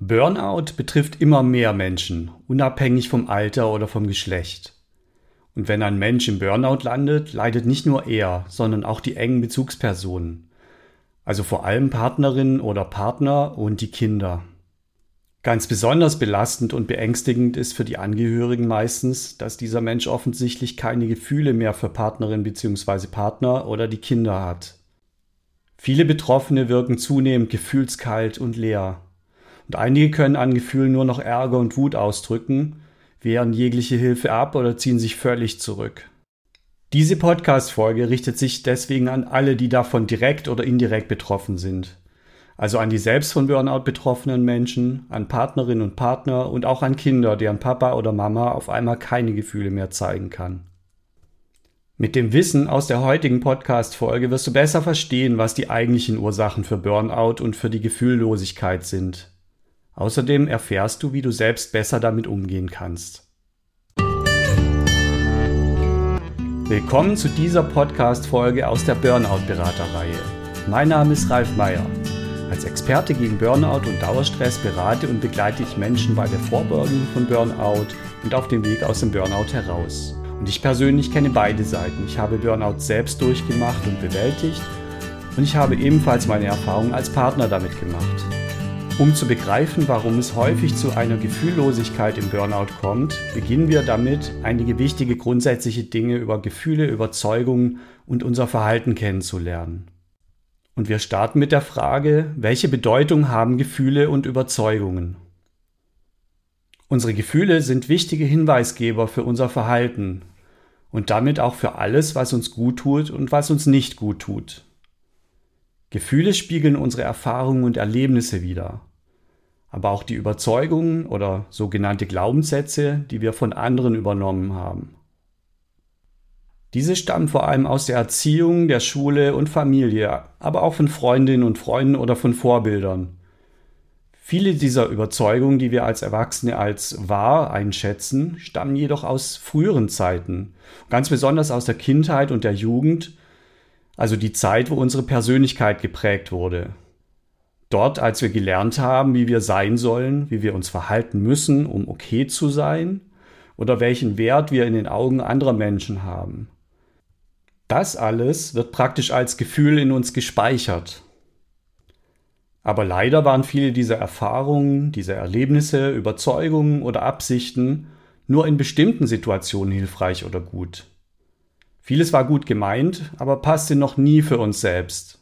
Burnout betrifft immer mehr Menschen, unabhängig vom Alter oder vom Geschlecht. Und wenn ein Mensch im Burnout landet, leidet nicht nur er, sondern auch die engen Bezugspersonen. Also vor allem Partnerinnen oder Partner und die Kinder. Ganz besonders belastend und beängstigend ist für die Angehörigen meistens, dass dieser Mensch offensichtlich keine Gefühle mehr für Partnerin bzw. Partner oder die Kinder hat. Viele Betroffene wirken zunehmend gefühlskalt und leer. Und einige können an Gefühlen nur noch Ärger und Wut ausdrücken, wehren jegliche Hilfe ab oder ziehen sich völlig zurück. Diese Podcast-Folge richtet sich deswegen an alle, die davon direkt oder indirekt betroffen sind. Also an die selbst von Burnout betroffenen Menschen, an Partnerinnen und Partner und auch an Kinder, deren Papa oder Mama auf einmal keine Gefühle mehr zeigen kann. Mit dem Wissen aus der heutigen Podcast-Folge wirst du besser verstehen, was die eigentlichen Ursachen für Burnout und für die Gefühllosigkeit sind. Außerdem erfährst du, wie du selbst besser damit umgehen kannst. Willkommen zu dieser Podcast-Folge aus der Burnout-Beraterreihe. Mein Name ist Ralf Meyer. Als Experte gegen Burnout und Dauerstress berate und begleite ich Menschen bei der Vorbeugung von Burnout und auf dem Weg aus dem Burnout heraus. Und ich persönlich kenne beide Seiten. Ich habe Burnout selbst durchgemacht und bewältigt und ich habe ebenfalls meine Erfahrungen als Partner damit gemacht. Um zu begreifen, warum es häufig zu einer Gefühllosigkeit im Burnout kommt, beginnen wir damit, einige wichtige grundsätzliche Dinge über Gefühle, Überzeugungen und unser Verhalten kennenzulernen. Und wir starten mit der Frage, welche Bedeutung haben Gefühle und Überzeugungen? Unsere Gefühle sind wichtige Hinweisgeber für unser Verhalten und damit auch für alles, was uns gut tut und was uns nicht gut tut. Gefühle spiegeln unsere Erfahrungen und Erlebnisse wider, aber auch die Überzeugungen oder sogenannte Glaubenssätze, die wir von anderen übernommen haben. Diese stammen vor allem aus der Erziehung, der Schule und Familie, aber auch von Freundinnen und Freunden oder von Vorbildern. Viele dieser Überzeugungen, die wir als Erwachsene als wahr einschätzen, stammen jedoch aus früheren Zeiten, ganz besonders aus der Kindheit und der Jugend, also die Zeit, wo unsere Persönlichkeit geprägt wurde. Dort, als wir gelernt haben, wie wir sein sollen, wie wir uns verhalten müssen, um okay zu sein, oder welchen Wert wir in den Augen anderer Menschen haben. Das alles wird praktisch als Gefühl in uns gespeichert. Aber leider waren viele dieser Erfahrungen, dieser Erlebnisse, Überzeugungen oder Absichten nur in bestimmten Situationen hilfreich oder gut. Vieles war gut gemeint, aber passte noch nie für uns selbst.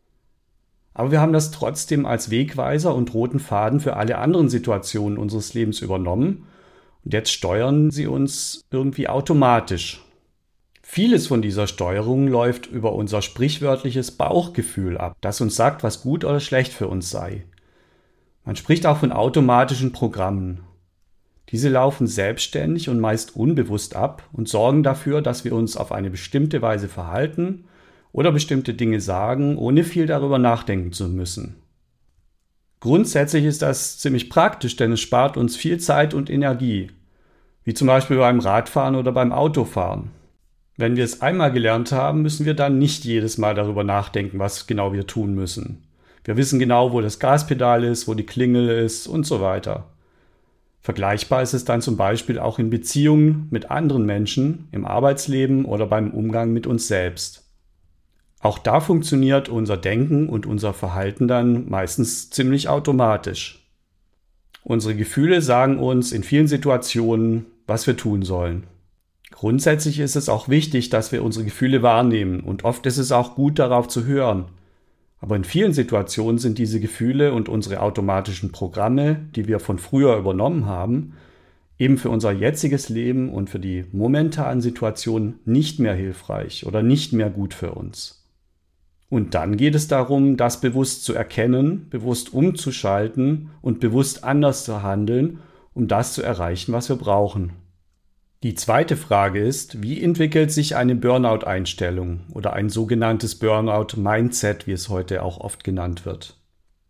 Aber wir haben das trotzdem als Wegweiser und roten Faden für alle anderen Situationen unseres Lebens übernommen und jetzt steuern sie uns irgendwie automatisch. Vieles von dieser Steuerung läuft über unser sprichwörtliches Bauchgefühl ab, das uns sagt, was gut oder schlecht für uns sei. Man spricht auch von automatischen Programmen. Diese laufen selbstständig und meist unbewusst ab und sorgen dafür, dass wir uns auf eine bestimmte Weise verhalten oder bestimmte Dinge sagen, ohne viel darüber nachdenken zu müssen. Grundsätzlich ist das ziemlich praktisch, denn es spart uns viel Zeit und Energie, wie zum Beispiel beim Radfahren oder beim Autofahren. Wenn wir es einmal gelernt haben, müssen wir dann nicht jedes Mal darüber nachdenken, was genau wir tun müssen. Wir wissen genau, wo das Gaspedal ist, wo die Klingel ist und so weiter. Vergleichbar ist es dann zum Beispiel auch in Beziehungen mit anderen Menschen, im Arbeitsleben oder beim Umgang mit uns selbst. Auch da funktioniert unser Denken und unser Verhalten dann meistens ziemlich automatisch. Unsere Gefühle sagen uns in vielen Situationen, was wir tun sollen. Grundsätzlich ist es auch wichtig, dass wir unsere Gefühle wahrnehmen und oft ist es auch gut, darauf zu hören. Aber in vielen Situationen sind diese Gefühle und unsere automatischen Programme, die wir von früher übernommen haben, eben für unser jetziges Leben und für die momentanen Situationen nicht mehr hilfreich oder nicht mehr gut für uns. Und dann geht es darum, das bewusst zu erkennen, bewusst umzuschalten und bewusst anders zu handeln, um das zu erreichen, was wir brauchen. Die zweite Frage ist, wie entwickelt sich eine Burnout-Einstellung oder ein sogenanntes Burnout-Mindset, wie es heute auch oft genannt wird?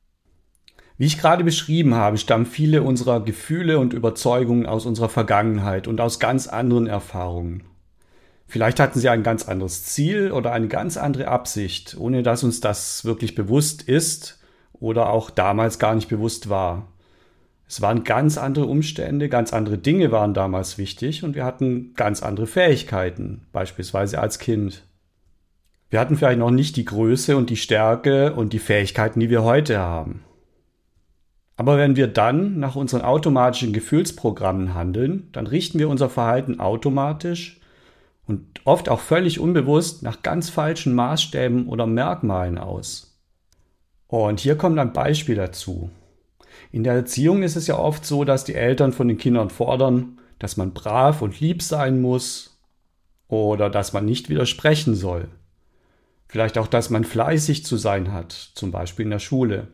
Wie ich gerade beschrieben habe, stammen viele unserer Gefühle und Überzeugungen aus unserer Vergangenheit und aus ganz anderen Erfahrungen. Vielleicht hatten sie ein ganz anderes Ziel oder eine ganz andere Absicht, ohne dass uns das wirklich bewusst ist oder auch damals gar nicht bewusst war. Es waren ganz andere Umstände, ganz andere Dinge waren damals wichtig und wir hatten ganz andere Fähigkeiten, beispielsweise als Kind. Wir hatten vielleicht noch nicht die Größe und die Stärke und die Fähigkeiten, die wir heute haben. Aber wenn wir dann nach unseren automatischen Gefühlsprogrammen handeln, dann richten wir unser Verhalten automatisch und oft auch völlig unbewusst nach ganz falschen Maßstäben oder Merkmalen aus. Und hier kommt ein Beispiel dazu. In der Erziehung ist es ja oft so, dass die Eltern von den Kindern fordern, dass man brav und lieb sein muss oder dass man nicht widersprechen soll. Vielleicht auch, dass man fleißig zu sein hat, zum Beispiel in der Schule.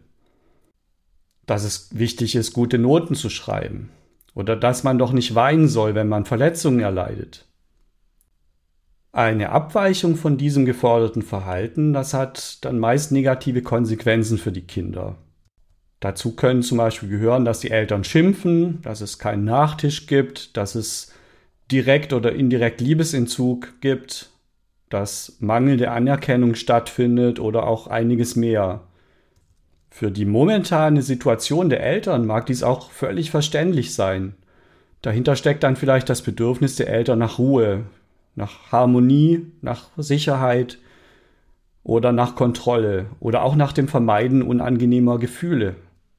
Dass es wichtig ist, gute Noten zu schreiben. Oder dass man doch nicht weinen soll, wenn man Verletzungen erleidet. Eine Abweichung von diesem geforderten Verhalten, das hat dann meist negative Konsequenzen für die Kinder. Dazu können zum Beispiel gehören, dass die Eltern schimpfen, dass es keinen Nachtisch gibt, dass es direkt oder indirekt Liebesentzug gibt, dass mangelnde Anerkennung stattfindet oder auch einiges mehr. Für die momentane Situation der Eltern mag dies auch völlig verständlich sein. Dahinter steckt dann vielleicht das Bedürfnis der Eltern nach Ruhe, nach Harmonie, nach Sicherheit oder nach Kontrolle oder auch nach dem Vermeiden unangenehmer Gefühle.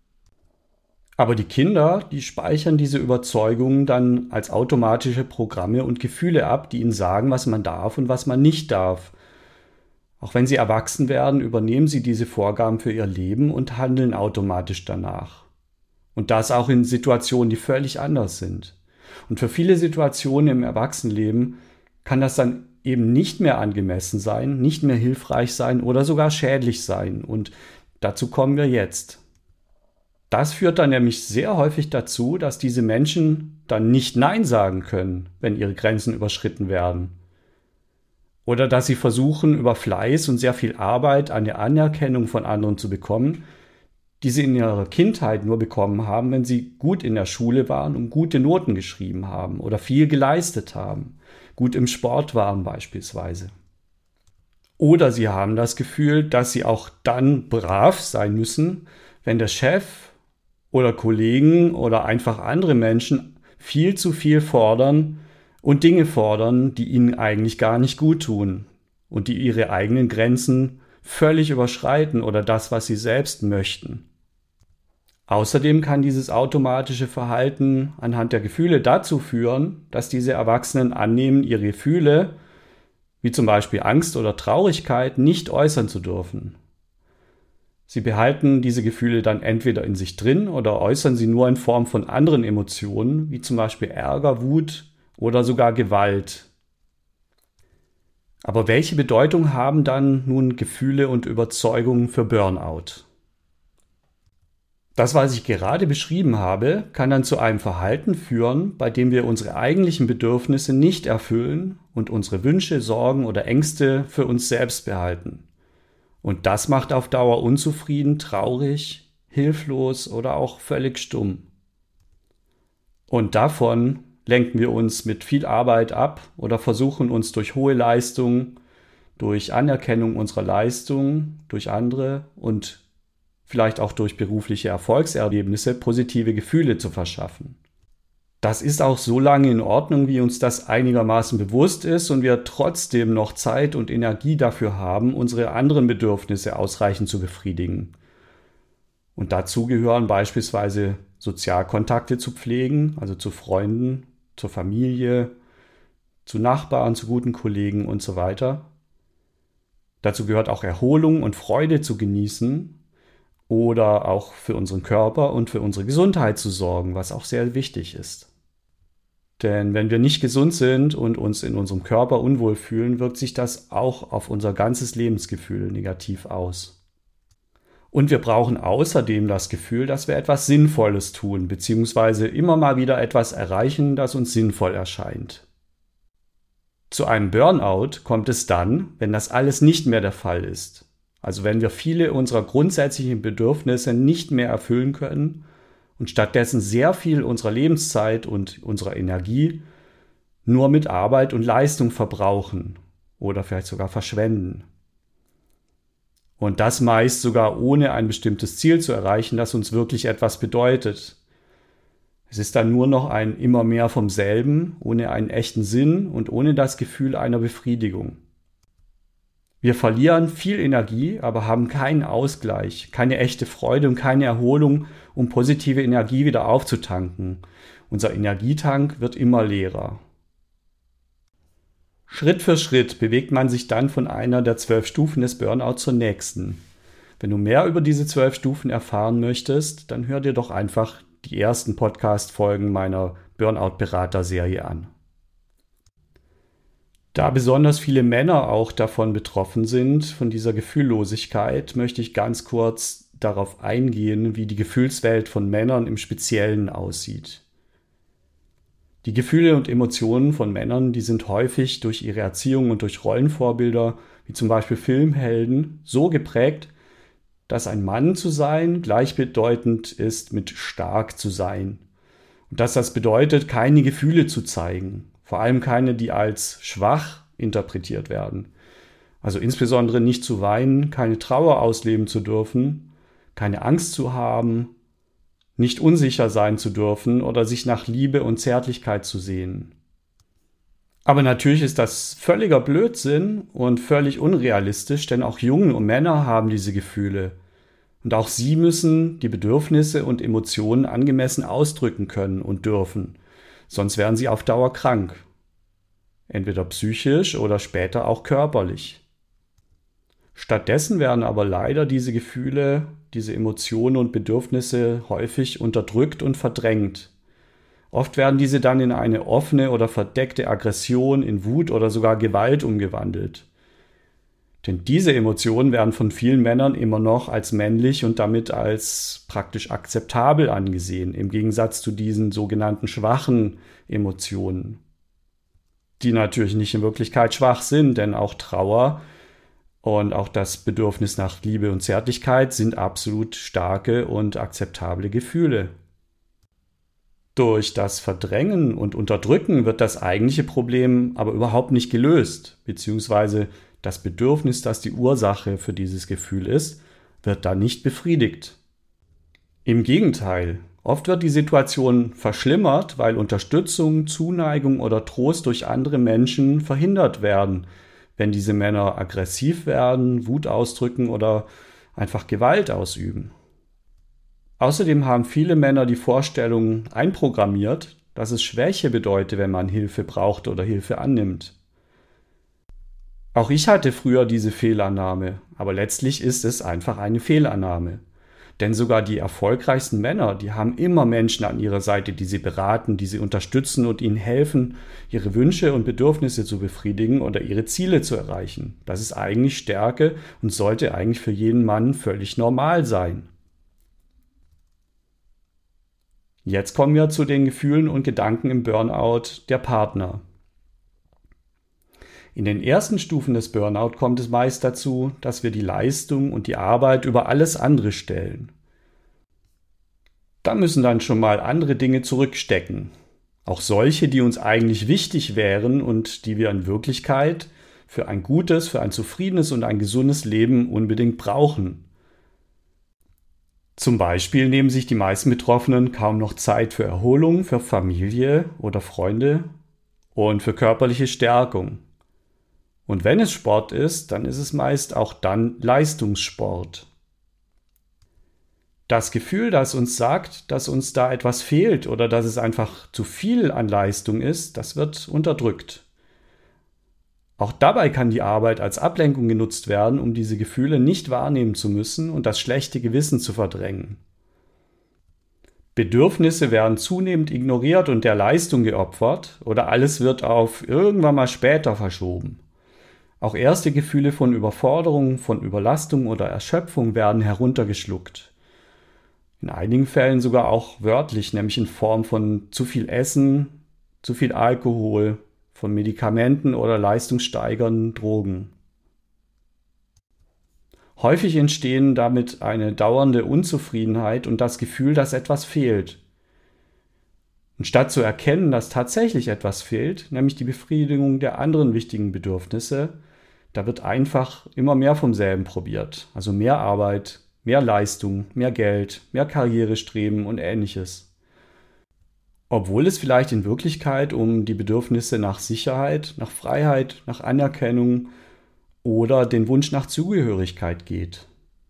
Aber die Kinder, die speichern diese Überzeugungen dann als automatische Programme und Gefühle ab, die ihnen sagen, was man darf und was man nicht darf. Auch wenn sie erwachsen werden, übernehmen sie diese Vorgaben für ihr Leben und handeln automatisch danach. Und das auch in Situationen, die völlig anders sind. Und für viele Situationen im Erwachsenenleben kann das dann eben nicht mehr angemessen sein, nicht mehr hilfreich sein oder sogar schädlich sein. Und dazu kommen wir jetzt. Das führt dann nämlich sehr häufig dazu, dass diese Menschen dann nicht Nein sagen können, wenn ihre Grenzen überschritten werden. Oder dass sie versuchen, über Fleiß und sehr viel Arbeit eine Anerkennung von anderen zu bekommen, die sie in ihrer Kindheit nur bekommen haben, wenn sie gut in der Schule waren und gute Noten geschrieben haben oder viel geleistet haben, gut im Sport waren beispielsweise. Oder sie haben das Gefühl, dass sie auch dann brav sein müssen, wenn der Chef oder Kollegen oder einfach andere Menschen viel zu viel fordern und Dinge fordern, die ihnen eigentlich gar nicht gut tun und die ihre eigenen Grenzen völlig überschreiten oder das, was sie selbst möchten. Außerdem kann dieses automatische Verhalten anhand der Gefühle dazu führen, dass diese Erwachsenen annehmen, ihre Gefühle, wie zum Beispiel Angst oder Traurigkeit, nicht äußern zu dürfen. Sie behalten diese Gefühle dann entweder in sich drin oder äußern sie nur in Form von anderen Emotionen, wie zum Beispiel Ärger, Wut oder sogar Gewalt. Aber welche Bedeutung haben dann nun Gefühle und Überzeugungen für Burnout? Das, was ich gerade beschrieben habe, kann dann zu einem Verhalten führen, bei dem wir unsere eigentlichen Bedürfnisse nicht erfüllen und unsere Wünsche, Sorgen oder Ängste für uns selbst behalten. Und das macht auf Dauer unzufrieden, traurig, hilflos oder auch völlig stumm. Und davon lenken wir uns mit viel Arbeit ab oder versuchen uns durch hohe Leistung, durch Anerkennung unserer Leistung, durch andere und vielleicht auch durch berufliche Erfolgserlebnisse positive Gefühle zu verschaffen. Das ist auch so lange in Ordnung, wie uns das einigermaßen bewusst ist und wir trotzdem noch Zeit und Energie dafür haben, unsere anderen Bedürfnisse ausreichend zu befriedigen. Und dazu gehören beispielsweise Sozialkontakte zu pflegen, also zu Freunden, zur Familie, zu Nachbarn, zu guten Kollegen und so weiter. Dazu gehört auch Erholung und Freude zu genießen oder auch für unseren Körper und für unsere Gesundheit zu sorgen, was auch sehr wichtig ist. Denn wenn wir nicht gesund sind und uns in unserem Körper unwohl fühlen, wirkt sich das auch auf unser ganzes Lebensgefühl negativ aus. Und wir brauchen außerdem das Gefühl, dass wir etwas Sinnvolles tun, beziehungsweise immer mal wieder etwas erreichen, das uns sinnvoll erscheint. Zu einem Burnout kommt es dann, wenn das alles nicht mehr der Fall ist. Also wenn wir viele unserer grundsätzlichen Bedürfnisse nicht mehr erfüllen können und stattdessen sehr viel unserer Lebenszeit und unserer Energie nur mit Arbeit und Leistung verbrauchen oder vielleicht sogar verschwenden. Und das meist sogar ohne ein bestimmtes Ziel zu erreichen, das uns wirklich etwas bedeutet. Es ist dann nur noch ein immer mehr vom selben, ohne einen echten Sinn und ohne das Gefühl einer Befriedigung. Wir verlieren viel Energie, aber haben keinen Ausgleich, keine echte Freude und keine Erholung, um positive Energie wieder aufzutanken. Unser Energietank wird immer leerer. Schritt für Schritt bewegt man sich dann von einer der 12 Stufen des Burnout zur nächsten. Wenn du mehr über diese 12 Stufen erfahren möchtest, dann hör dir doch einfach die ersten Podcast-Folgen meiner Burnout-Berater-Serie an. Da besonders viele Männer auch davon betroffen sind, von dieser Gefühllosigkeit, möchte ich ganz kurz darauf eingehen, wie die Gefühlswelt von Männern im Speziellen aussieht. Die Gefühle und Emotionen von Männern, die sind häufig durch ihre Erziehung und durch Rollenvorbilder, wie zum Beispiel Filmhelden, so geprägt, dass ein Mann zu sein gleichbedeutend ist mit stark zu sein. Und dass das bedeutet, keine Gefühle zu zeigen, vor allem keine, die als schwach interpretiert werden. Also insbesondere nicht zu weinen, keine Trauer ausleben zu dürfen, keine Angst zu haben, nicht unsicher sein zu dürfen oder sich nach Liebe und Zärtlichkeit zu sehnen. Aber natürlich ist das völliger Blödsinn und völlig unrealistisch, denn auch Jungen und Männer haben diese Gefühle. Und auch sie müssen die Bedürfnisse und Emotionen angemessen ausdrücken können und dürfen, sonst werden sie auf Dauer krank. Entweder psychisch oder später auch körperlich. Stattdessen werden aber leider diese Gefühle, diese Emotionen und Bedürfnisse häufig unterdrückt und verdrängt. Oft werden diese dann in eine offene oder verdeckte Aggression, in Wut oder sogar Gewalt umgewandelt. Denn diese Emotionen werden von vielen Männern immer noch als männlich und damit als praktisch akzeptabel angesehen, im Gegensatz zu diesen sogenannten schwachen Emotionen, die natürlich nicht in Wirklichkeit schwach sind, denn auch Trauer und auch das Bedürfnis nach Liebe und Zärtlichkeit sind absolut starke und akzeptable Gefühle. Durch das Verdrängen und Unterdrücken wird das eigentliche Problem aber überhaupt nicht gelöst, beziehungsweise das Bedürfnis, das die Ursache für dieses Gefühl ist, wird dann nicht befriedigt. Im Gegenteil, oft wird die Situation verschlimmert, weil Unterstützung, Zuneigung oder Trost durch andere Menschen verhindert werden, wenn diese Männer aggressiv werden, Wut ausdrücken oder einfach Gewalt ausüben. Außerdem haben viele Männer die Vorstellung einprogrammiert, dass es Schwäche bedeutet, wenn man Hilfe braucht oder Hilfe annimmt. Auch ich hatte früher diese Fehlannahme, aber letztlich ist es einfach eine Fehlannahme. Denn sogar die erfolgreichsten Männer, die haben immer Menschen an ihrer Seite, die sie beraten, die sie unterstützen und ihnen helfen, ihre Wünsche und Bedürfnisse zu befriedigen oder ihre Ziele zu erreichen. Das ist eigentlich Stärke und sollte eigentlich für jeden Mann völlig normal sein. Jetzt kommen wir zu den Gefühlen und Gedanken im Burnout der Partner. In den ersten Stufen des Burnout kommt es meist dazu, dass wir die Leistung und die Arbeit über alles andere stellen. Da müssen dann schon mal andere Dinge zurückstecken. Auch solche, die uns eigentlich wichtig wären und die wir in Wirklichkeit für ein gutes, für ein zufriedenes und ein gesundes Leben unbedingt brauchen. Zum Beispiel nehmen sich die meisten Betroffenen kaum noch Zeit für Erholung, für Familie oder Freunde und für körperliche Stärkung. Und wenn es Sport ist, dann ist es meist auch dann Leistungssport. Das Gefühl, das uns sagt, dass uns da etwas fehlt oder dass es einfach zu viel an Leistung ist, das wird unterdrückt. Auch dabei kann die Arbeit als Ablenkung genutzt werden, um diese Gefühle nicht wahrnehmen zu müssen und das schlechte Gewissen zu verdrängen. Bedürfnisse werden zunehmend ignoriert und der Leistung geopfert oder alles wird auf irgendwann mal später verschoben. Auch erste Gefühle von Überforderung, von Überlastung oder Erschöpfung werden heruntergeschluckt. In einigen Fällen sogar auch wörtlich, nämlich in Form von zu viel Essen, zu viel Alkohol, von Medikamenten oder leistungssteigernden Drogen. Häufig entstehen damit eine dauernde Unzufriedenheit und das Gefühl, dass etwas fehlt. Und statt zu erkennen, dass tatsächlich etwas fehlt, nämlich die Befriedigung der anderen wichtigen Bedürfnisse, da wird einfach immer mehr vom selben probiert. Also mehr Arbeit, mehr Leistung, mehr Geld, mehr Karrierestreben und Ähnliches. obwohl es vielleicht in Wirklichkeit um die Bedürfnisse nach Sicherheit, nach Freiheit, nach Anerkennung oder den Wunsch nach Zugehörigkeit geht.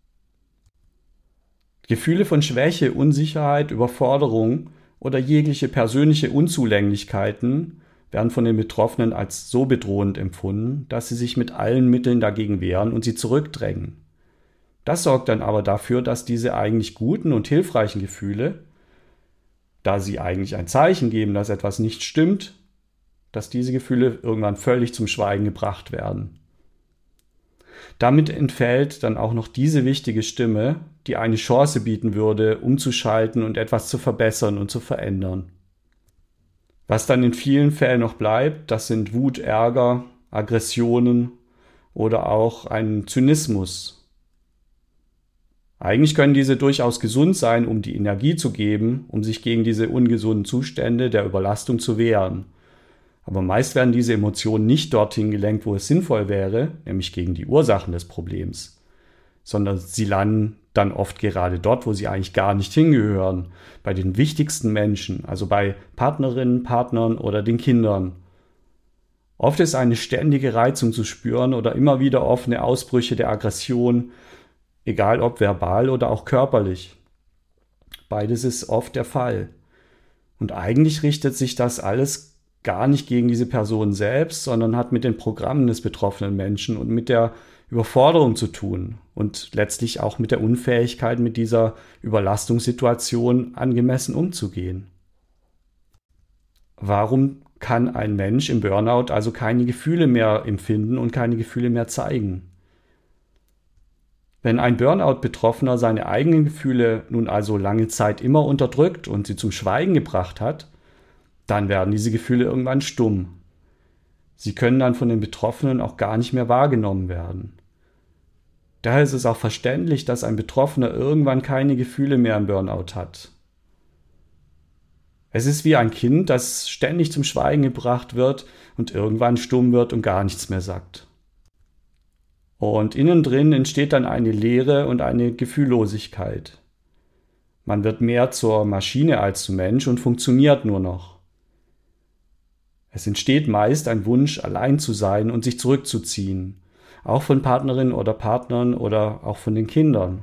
Gefühle von Schwäche, Unsicherheit, Überforderung oder jegliche persönliche Unzulänglichkeiten werden von den Betroffenen als so bedrohend empfunden, dass sie sich mit allen Mitteln dagegen wehren und sie zurückdrängen. Das sorgt dann aber dafür, dass diese eigentlich guten und hilfreichen Gefühle, da sie eigentlich ein Zeichen geben, dass etwas nicht stimmt, dass diese Gefühle irgendwann völlig zum Schweigen gebracht werden. Damit entfällt dann auch noch diese wichtige Stimme, die eine Chance bieten würde, umzuschalten und etwas zu verbessern und zu verändern. Was dann in vielen Fällen noch bleibt, das sind Wut, Ärger, Aggressionen oder auch ein Zynismus. Eigentlich können diese durchaus gesund sein, um die Energie zu geben, um sich gegen diese ungesunden Zustände der Überlastung zu wehren. Aber meist werden diese Emotionen nicht dorthin gelenkt, wo es sinnvoll wäre, nämlich gegen die Ursachen des Problems, sondern sie landen dann oft gerade dort, wo sie eigentlich gar nicht hingehören, bei den wichtigsten Menschen, also bei Partnerinnen, Partnern oder den Kindern. Oft ist eine ständige Reizung zu spüren oder immer wieder offene Ausbrüche der Aggression, egal ob verbal oder auch körperlich. Beides ist oft der Fall. Und eigentlich richtet sich das alles gar nicht gegen diese Person selbst, sondern hat mit den Programmen des betroffenen Menschen und mit der Überforderung zu tun und letztlich auch mit der Unfähigkeit, mit dieser Überlastungssituation angemessen umzugehen. Warum kann ein Mensch im Burnout also keine Gefühle mehr empfinden und keine Gefühle mehr zeigen? Wenn ein Burnout-Betroffener seine eigenen Gefühle nun also lange Zeit immer unterdrückt und sie zum Schweigen gebracht hat, dann werden diese Gefühle irgendwann stumm. Sie können dann von den Betroffenen auch gar nicht mehr wahrgenommen werden. Daher ist es auch verständlich, dass ein Betroffener irgendwann keine Gefühle mehr im Burnout hat. Es ist wie ein Kind, das ständig zum Schweigen gebracht wird und irgendwann stumm wird und gar nichts mehr sagt. Und innen drin entsteht dann eine Leere und eine Gefühllosigkeit. Man wird mehr zur Maschine als zum Mensch und funktioniert nur noch. Es entsteht meist ein Wunsch, allein zu sein und sich zurückzuziehen, auch von Partnerinnen oder Partnern oder auch von den Kindern.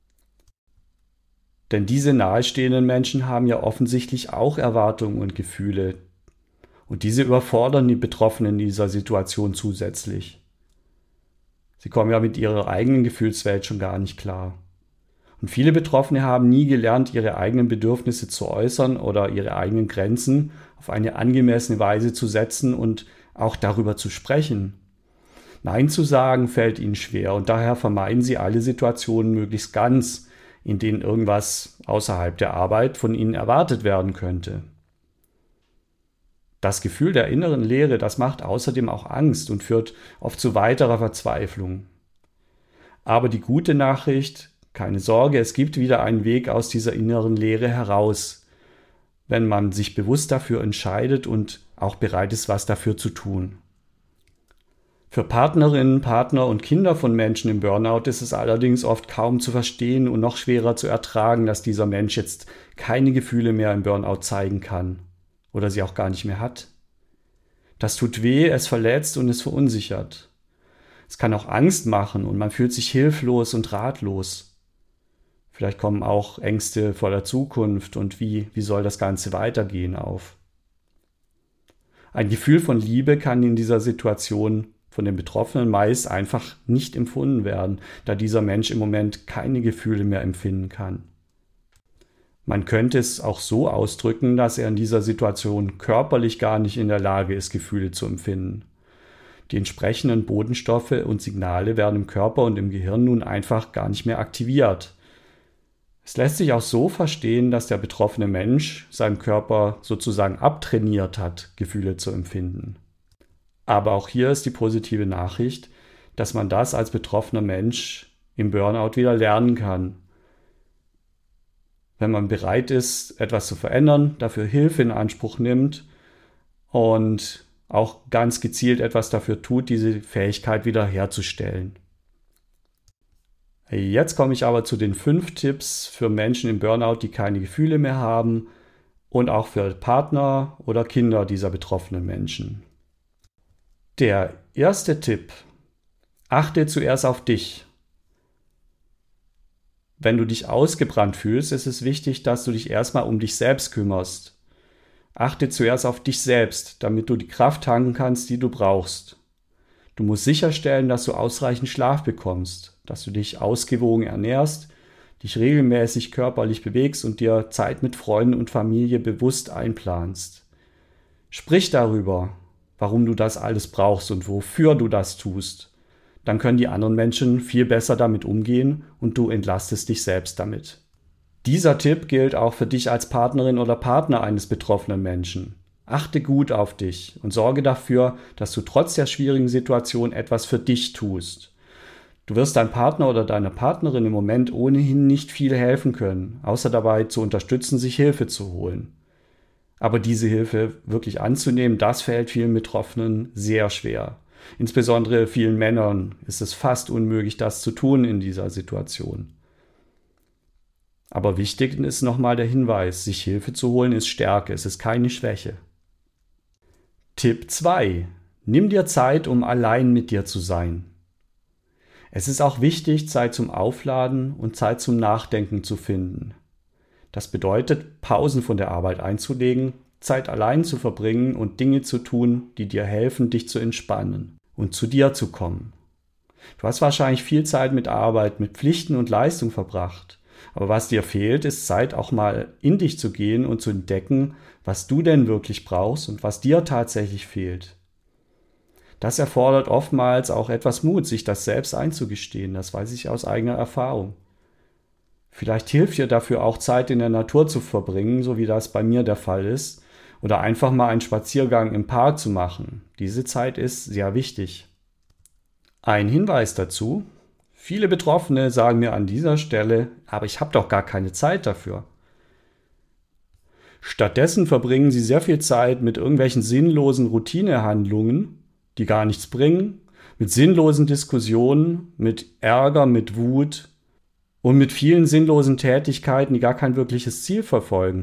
Denn diese nahestehenden Menschen haben ja offensichtlich auch Erwartungen und Gefühle. Und diese überfordern die Betroffenen in dieser Situation zusätzlich. Sie kommen ja mit ihrer eigenen Gefühlswelt schon gar nicht klar. Und viele Betroffene haben nie gelernt, ihre eigenen Bedürfnisse zu äußern oder ihre eigenen Grenzen auf eine angemessene Weise zu setzen und auch darüber zu sprechen. Nein zu sagen fällt ihnen schwer und daher vermeiden sie alle Situationen möglichst ganz, in denen irgendwas außerhalb der Arbeit von ihnen erwartet werden könnte. Das Gefühl der inneren Leere, das macht außerdem auch Angst und führt oft zu weiterer Verzweiflung. Aber die gute Nachricht, keine Sorge, es gibt wieder einen Weg aus dieser inneren Leere heraus, wenn man sich bewusst dafür entscheidet und auch bereit ist, was dafür zu tun. Für Partnerinnen, Partner und Kinder von Menschen im Burnout ist es allerdings oft kaum zu verstehen und noch schwerer zu ertragen, dass dieser Mensch jetzt keine Gefühle mehr im Burnout zeigen kann. Oder sie auch gar nicht mehr hat. Das tut weh, es verletzt und es verunsichert. Es kann auch Angst machen und man fühlt sich hilflos und ratlos. Vielleicht kommen auch Ängste vor der Zukunft und wie soll das Ganze weitergehen auf. Ein Gefühl von Liebe kann in dieser Situation von den Betroffenen meist einfach nicht empfunden werden, da dieser Mensch im Moment keine Gefühle mehr empfinden kann. Man könnte es auch so ausdrücken, dass er in dieser Situation körperlich gar nicht in der Lage ist, Gefühle zu empfinden. Die entsprechenden Botenstoffe und Signale werden im Körper und im Gehirn nun einfach gar nicht mehr aktiviert. Es lässt sich auch so verstehen, dass der betroffene Mensch seinem Körper sozusagen abtrainiert hat, Gefühle zu empfinden. Aber auch hier ist die positive Nachricht, dass man das als betroffener Mensch im Burnout wieder lernen kann. Wenn man bereit ist, etwas zu verändern, dafür Hilfe in Anspruch nimmt und auch ganz gezielt etwas dafür tut, diese Fähigkeit wieder herzustellen. Jetzt komme ich aber zu den 5 Tipps für Menschen im Burnout, die keine Gefühle mehr haben, und auch für Partner oder Kinder dieser betroffenen Menschen. Der erste Tipp: Achte zuerst auf dich. Wenn du dich ausgebrannt fühlst, ist es wichtig, dass du dich erstmal um dich selbst kümmerst. Achte zuerst auf dich selbst, damit du die Kraft tanken kannst, die du brauchst. Du musst sicherstellen, dass du ausreichend Schlaf bekommst, dass du dich ausgewogen ernährst, dich regelmäßig körperlich bewegst und dir Zeit mit Freunden und Familie bewusst einplanst. Sprich darüber, warum du das alles brauchst und wofür du das tust. Dann können die anderen Menschen viel besser damit umgehen und du entlastest dich selbst damit. Dieser Tipp gilt auch für dich als Partnerin oder Partner eines betroffenen Menschen. Achte gut auf dich und sorge dafür, dass du trotz der schwierigen Situation etwas für dich tust. Du wirst deinem Partner oder deiner Partnerin im Moment ohnehin nicht viel helfen können, außer dabei zu unterstützen, sich Hilfe zu holen. Aber diese Hilfe wirklich anzunehmen, das fällt vielen Betroffenen sehr schwer. Insbesondere vielen Männern ist es fast unmöglich, das zu tun in dieser Situation. Aber wichtig ist nochmal der Hinweis, sich Hilfe zu holen ist Stärke, es ist keine Schwäche. Tipp 2. Nimm dir Zeit, um allein mit dir zu sein. Es ist auch wichtig, Zeit zum Aufladen und Zeit zum Nachdenken zu finden. Das bedeutet, Pausen von der Arbeit einzulegen, Zeit allein zu verbringen und Dinge zu tun, die dir helfen, dich zu entspannen und zu dir zu kommen. Du hast wahrscheinlich viel Zeit mit Arbeit, mit Pflichten und Leistung verbracht. Aber was dir fehlt, ist Zeit, auch mal in dich zu gehen und zu entdecken, was du denn wirklich brauchst und was dir tatsächlich fehlt. Das erfordert oftmals auch etwas Mut, sich das selbst einzugestehen. Das weiß ich aus eigener Erfahrung. Vielleicht hilft dir dafür auch Zeit in der Natur zu verbringen, so wie das bei mir der Fall ist, oder einfach mal einen Spaziergang im Park zu machen. Diese Zeit ist sehr wichtig. Ein Hinweis dazu: Viele Betroffene sagen mir an dieser Stelle, aber ich habe doch gar keine Zeit dafür. Stattdessen verbringen sie sehr viel Zeit mit irgendwelchen sinnlosen Routinehandlungen, die gar nichts bringen, mit sinnlosen Diskussionen, mit Ärger, mit Wut und mit vielen sinnlosen Tätigkeiten, die gar kein wirkliches Ziel verfolgen.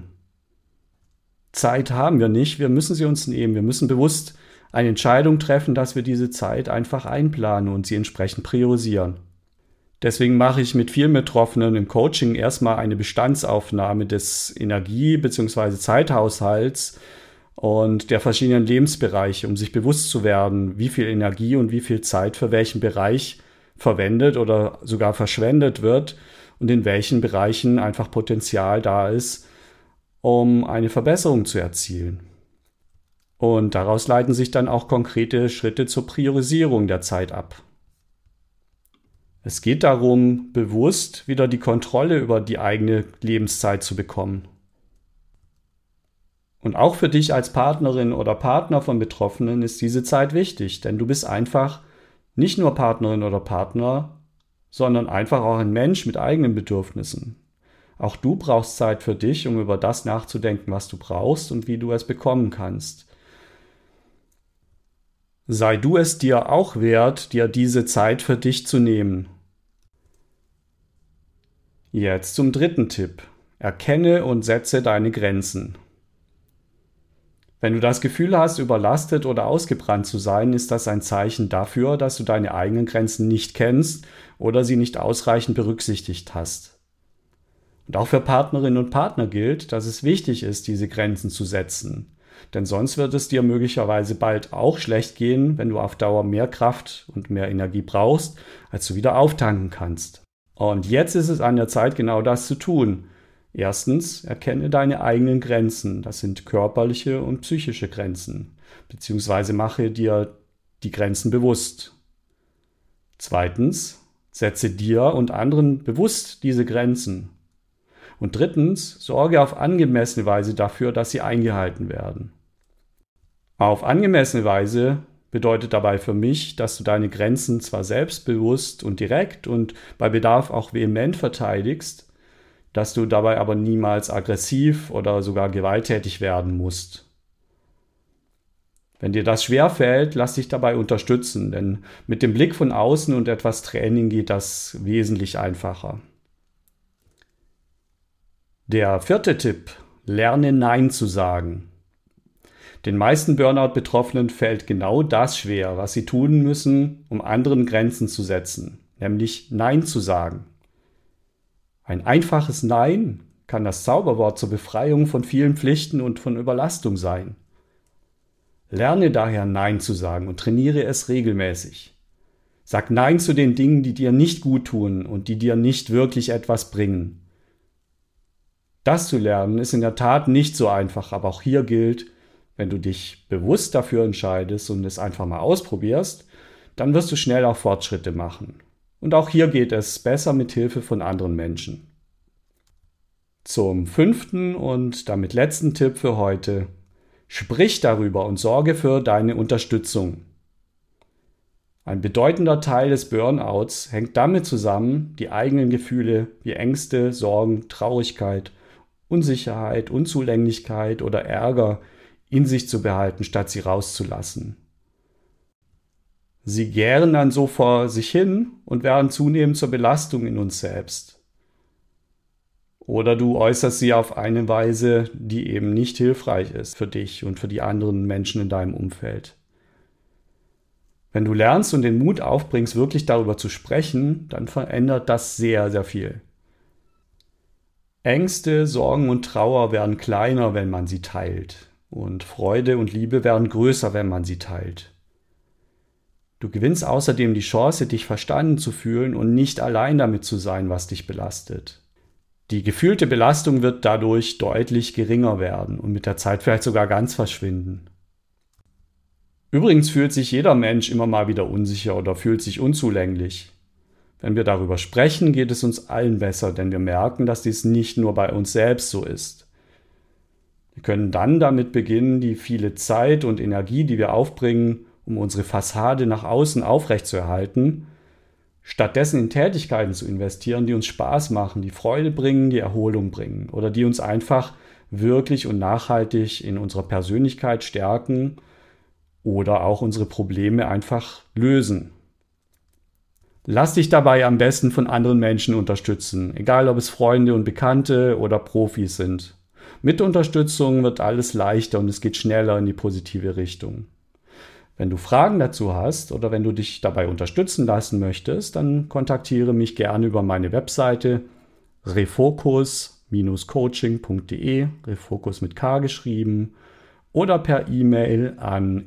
Zeit haben wir nicht, wir müssen sie uns nehmen, wir müssen bewusst eine Entscheidung treffen, dass wir diese Zeit einfach einplanen und sie entsprechend priorisieren. Deswegen mache ich mit vielen Betroffenen im Coaching erstmal eine Bestandsaufnahme des Energie- bzw. Zeithaushalts und der verschiedenen Lebensbereiche, um sich bewusst zu werden, wie viel Energie und wie viel Zeit für welchen Bereich verwendet oder sogar verschwendet wird und in welchen Bereichen einfach Potenzial da ist, um eine Verbesserung zu erzielen. Und daraus leiten sich dann auch konkrete Schritte zur Priorisierung der Zeit ab. Es geht darum, bewusst wieder die Kontrolle über die eigene Lebenszeit zu bekommen. Und auch für dich als Partnerin oder Partner von Betroffenen ist diese Zeit wichtig, denn du bist einfach nicht nur Partnerin oder Partner, sondern einfach auch ein Mensch mit eigenen Bedürfnissen. Auch du brauchst Zeit für dich, um über das nachzudenken, was du brauchst und wie du es bekommen kannst. Sei du es dir auch wert, dir diese Zeit für dich zu nehmen. Jetzt zum dritten Tipp. Erkenne und setze deine Grenzen. Wenn du das Gefühl hast, überlastet oder ausgebrannt zu sein, ist das ein Zeichen dafür, dass du deine eigenen Grenzen nicht kennst oder sie nicht ausreichend berücksichtigt hast. Und auch für Partnerinnen und Partner gilt, dass es wichtig ist, diese Grenzen zu setzen. Denn sonst wird es dir möglicherweise bald auch schlecht gehen, wenn du auf Dauer mehr Kraft und mehr Energie brauchst, als du wieder auftanken kannst. Und jetzt ist es an der Zeit, genau das zu tun. Erstens, erkenne deine eigenen Grenzen. Das sind körperliche und psychische Grenzen. Beziehungsweise mache dir die Grenzen bewusst. Zweitens, setze dir und anderen bewusst diese Grenzen. Und drittens, sorge auf angemessene Weise dafür, dass sie eingehalten werden. Auf angemessene Weise bedeutet dabei für mich, dass du deine Grenzen zwar selbstbewusst und direkt und bei Bedarf auch vehement verteidigst, dass du dabei aber niemals aggressiv oder sogar gewalttätig werden musst. Wenn dir das schwerfällt, lass dich dabei unterstützen, denn mit dem Blick von außen und etwas Training geht das wesentlich einfacher. Der vierte Tipp Lerne Nein zu sagen. Den meisten Burnout-Betroffenen fällt genau das schwer, was sie tun müssen, um anderen Grenzen zu setzen, nämlich Nein zu sagen. Ein einfaches Nein kann das Zauberwort zur Befreiung von vielen Pflichten und von Überlastung sein. Lerne daher Nein zu sagen und trainiere es regelmäßig. Sag Nein zu den Dingen, die dir nicht gut tun und die dir nicht wirklich etwas bringen. Das zu lernen ist in der Tat nicht so einfach, aber auch hier gilt, wenn du dich bewusst dafür entscheidest und es einfach mal ausprobierst, dann wirst du schnell auch Fortschritte machen. Und auch hier geht es besser mit Hilfe von anderen Menschen. Zum 5. und damit letzten Tipp für heute: Sprich darüber und sorge für deine Unterstützung. Ein bedeutender Teil des Burnouts hängt damit zusammen, die eigenen Gefühle wie Ängste, Sorgen, Traurigkeit, Unsicherheit, Unzulänglichkeit oder Ärger in sich zu behalten, statt sie rauszulassen. Sie gären dann so vor sich hin und werden zunehmend zur Belastung in uns selbst. Oder du äußerst sie auf eine Weise, die eben nicht hilfreich ist für dich und für die anderen Menschen in deinem Umfeld. Wenn du lernst und den Mut aufbringst, wirklich darüber zu sprechen, dann verändert das sehr, sehr viel. Ängste, Sorgen und Trauer werden kleiner, wenn man sie teilt. Und Freude und Liebe werden größer, wenn man sie teilt. Du gewinnst außerdem die Chance, dich verstanden zu fühlen und nicht allein damit zu sein, was dich belastet. Die gefühlte Belastung wird dadurch deutlich geringer werden und mit der Zeit vielleicht sogar ganz verschwinden. Übrigens fühlt sich jeder Mensch immer mal wieder unsicher oder fühlt sich unzulänglich. Wenn wir darüber sprechen, geht es uns allen besser, denn wir merken, dass dies nicht nur bei uns selbst so ist. Wir können dann damit beginnen, die viele Zeit und Energie, die wir aufbringen, um unsere Fassade nach außen aufrechtzuerhalten, stattdessen in Tätigkeiten zu investieren, die uns Spaß machen, die Freude bringen, die Erholung bringen oder die uns einfach wirklich und nachhaltig in unserer Persönlichkeit stärken oder auch unsere Probleme einfach lösen. Lass dich dabei am besten von anderen Menschen unterstützen, egal ob es Freunde und Bekannte oder Profis sind. Mit Unterstützung wird alles leichter und es geht schneller in die positive Richtung. Wenn du Fragen dazu hast oder wenn du dich dabei unterstützen lassen möchtest, dann kontaktiere mich gerne über meine Webseite refocus-coaching.de, Refocus mit K geschrieben, oder per E-Mail an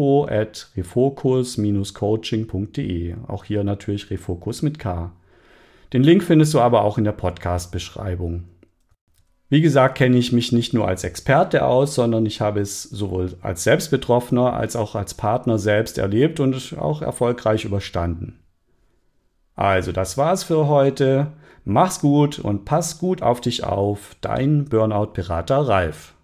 info@refocus-coaching.de. Auch hier natürlich Refocus mit K. Den Link findest du aber auch in der Podcast-Beschreibung. Wie gesagt, kenne ich mich nicht nur als Experte aus, sondern ich habe es sowohl als Selbstbetroffener als auch als Partner selbst erlebt und auch erfolgreich überstanden. Also, das war's für heute. Mach's gut und pass gut auf dich auf. Dein Burnout-Berater Ralf.